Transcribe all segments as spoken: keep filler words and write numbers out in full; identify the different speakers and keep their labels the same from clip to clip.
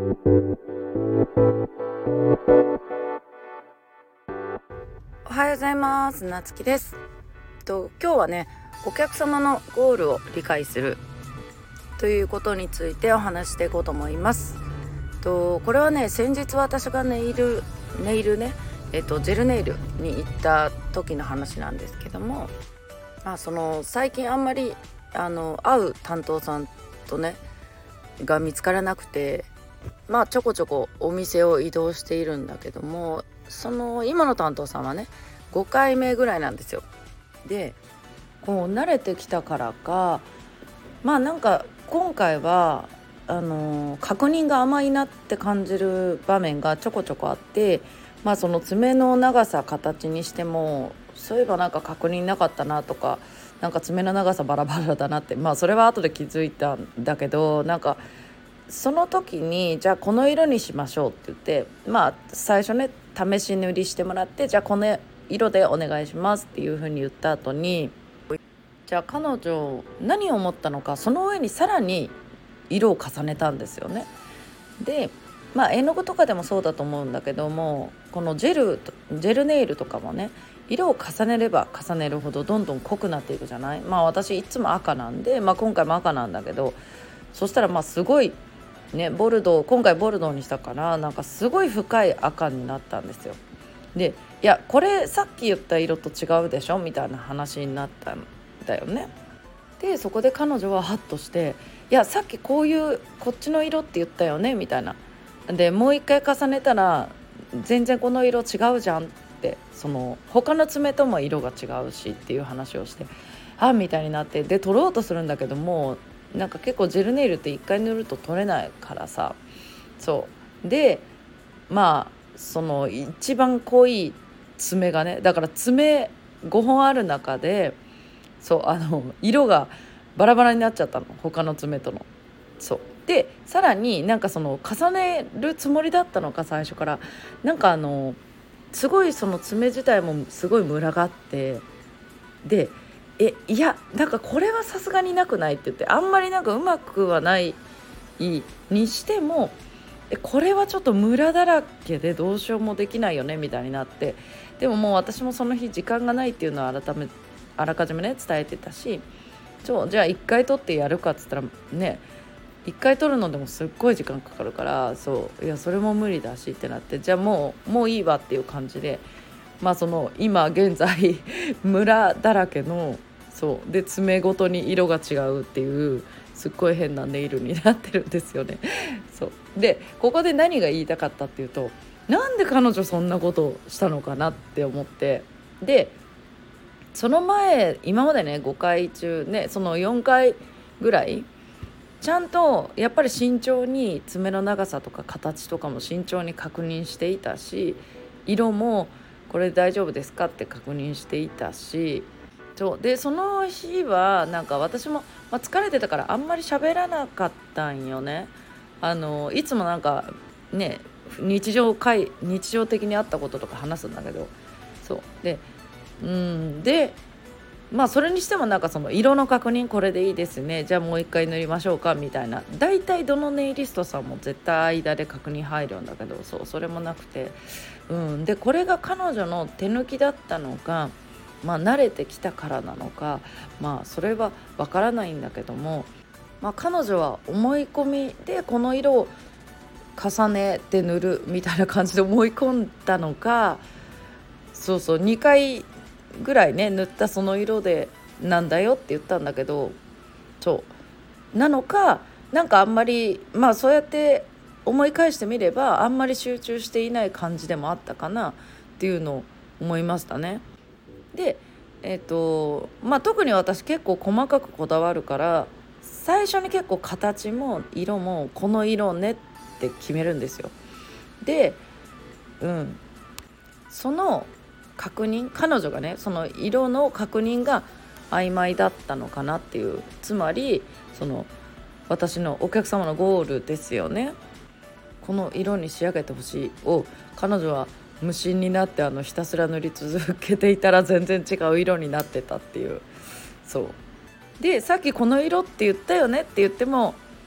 Speaker 1: おはようございます。なつきです。と今日はね、お客様のゴールを理解するということについてお話していこうと思います。とこれはね、先日私がネイルネイルね、えっとジェルネイルに行った時の話なんですけども、まあ、その最近あんまりあの会う担当さんとねが見つからなくて、まあちょこちょこお店を移動しているんだけども、その今の担当さんはねごかいめぐらいなんですよ。でこう慣れてきたからか、まあなんか今回はあの確認が甘いなって感じる場面がちょこちょこあって、まあその爪の長さ形にしても、そういえばなんか確認なかったなとか、なんか爪の長さバラバラだなって、まあそれは後で気づいたんだけど、なんかその時にじゃあこの色にしましょうって言って、まあ最初ね試し塗りしてもらって、じゃあこの色でお願いしますっていう風に言った後に、じゃあ彼女何を思ったのか、その上にさらに色を重ねたんですよね。でまあ絵の具とかでもそうだと思うんだけども、このジェルジェルネイルとかもね、色を重ねれば重ねるほどどんどん濃くなっていくじゃない。まあ私いつも赤なんで、まあ、今回も赤なんだけど、そしたらまあすごいね、ボルドー今回ボルドーにしたから、なんかすごい深い赤になったんですよ。でいやこれさっき言った色と違うでしょみたいな話になったんだよね。でそこで彼女はハッとして、いやさっきこういうこっちの色って言ったよねみたいな。でもう一回重ねたら全然この色違うじゃんって、その他の爪とも色が違うしっていう話をして、あみたいになって、で取ろうとするんだけども、なんか結構ジェルネイルって一回塗ると取れないからさ、そうでまあその一番濃い爪がね、だから爪ごほんある中で、そうあの色がバラバラになっちゃったの、他の爪との。そうでさらになんかその重ねるつもりだったのか、最初からなんかあのすごいその爪自体もすごいムラがあって、でえいやなんかこれはさすがになくないって言って、あんまりなんかうまくはないにしても、えこれはちょっとムラだらけでどうしようもできないよねみたいになって、でももう私もその日時間がないっていうのは改めあらかじめね伝えてたし、ちょじゃあいっかい取ってやるかっつったらね、いっかい取るのでもすっごい時間かかるから、そういやそれも無理だしってなって、じゃあもうもういいわっていう感じで、まあその今現在ムラだらけの、そうで爪ごとに色が違うっていうすっごい変なネイルになってるんですよね。そうでここで何が言いたかったっていうと、なんで彼女そんなことをしたのかなって思って、でその前今までねごかい中ね、そのよんかいぐらいちゃんとやっぱり慎重に爪の長さとか形とかも慎重に確認していたし、色もこれ大丈夫ですかって確認していたし、そうでその日はなんか私も、まあ、疲れてたからあんまり喋らなかったんよね。あのいつもなんかね日常会日常的にあったこととか話すんだけど、そうでうんでまあそれにしてもなんかその色の確認これでいいですね、じゃあもう一回塗りましょうかみたいな、だいたいどのネイリストさんも絶対間で確認入るんだけど、そうそれもなくて、うんでこれが彼女の手抜きだったのか、まあ慣れてきたからなのか、まあそれはわからないんだけども、まあ彼女は思い込みでこの色を重ねて塗るみたいな感じで思い込んだのか、そうそうにかいぐらいね塗ったその色でなんだよって言ったんだけど、そうなのか、なんかあんまりまあそうやって思い返してみればあんまり集中していない感じでもあったかなっていうのを思いましたね。でえっ、とまあ特に私結構細かくこだわるから、最初に結構形も色もこの色ねって決めるんですよ。でうんその確認、彼女がねその色の確認が曖昧だったのかなっていう、つまりその私のお客様のゴールですよね。この色に仕上げてほしいを彼女は無心になってあのひたすら塗り続けていたら全然違う色になってたっていう。そうでさっきこの色って言ったよねって言っても、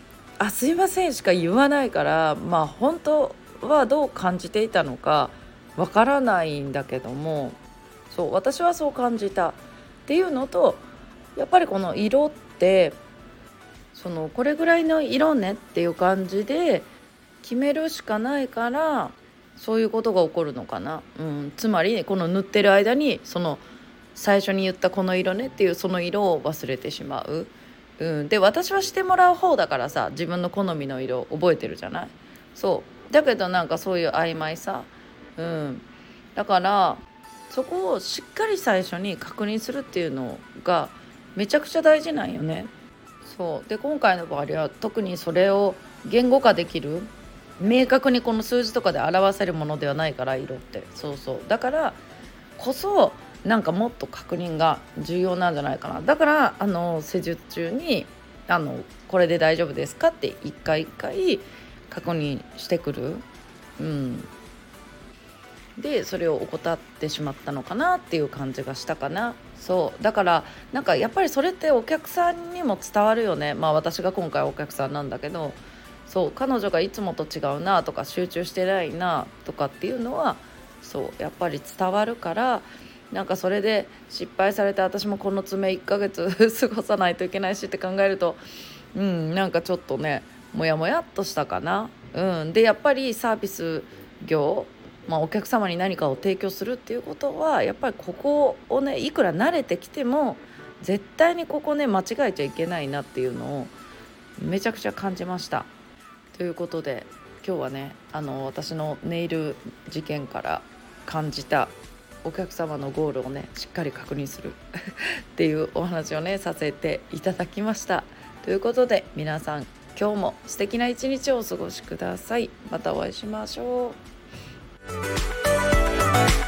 Speaker 1: あすいませんしか言わないから、まあ本当はどう感じていたのかわからないんだけども、そう私はそう感じたっていうのと、やっぱりこの色ってそのこれぐらいの色ねっていう感じで決めるしかないから、そういうことが起こるのかな、うん、つまりこの塗ってる間にその最初に言ったこの色ねっていうその色を忘れてしまう、うん、で私はしてもらう方だからさ、自分の好みの色覚えてるじゃない。そうだけどなんかそういう曖昧さ、うん、だからそこをしっかり最初に確認するっていうのがめちゃくちゃ大事なんよね。そうで今回の場合は特にそれを言語化できる、明確にこの数字とかで表せるものではないから、色って。そうそうだからこそなんかもっと確認が重要なんじゃないかな。だからあの施術中にあのこれで大丈夫ですかって一回一回確認してくる、うんでそれを怠ってしまったのかなっていう感じがしたかな。そうだからなんかやっぱりそれってお客さんにも伝わるよね。まあ私が今回お客さんなんだけど、そう彼女がいつもと違うなとか集中してないなとかっていうのはそうやっぱり伝わるから、なんかそれで失敗されて私もこの爪いっかげつ過ごさないといけないしって考えると、うんなんかちょっとねモヤモヤっとしたかな。うんでやっぱりサービス業、まあ、お客様に何かを提供するっていうことはやっぱりここをねいくら慣れてきても絶対にここね間違えちゃいけないなっていうのをめちゃくちゃ感じました。ということで今日はねあの私のネイル事件から感じたお客様のゴールをねしっかり確認するっていうお話をねさせていただきました。ということで皆さん今日も素敵な一日をお過ごしください。またお会いしましょう。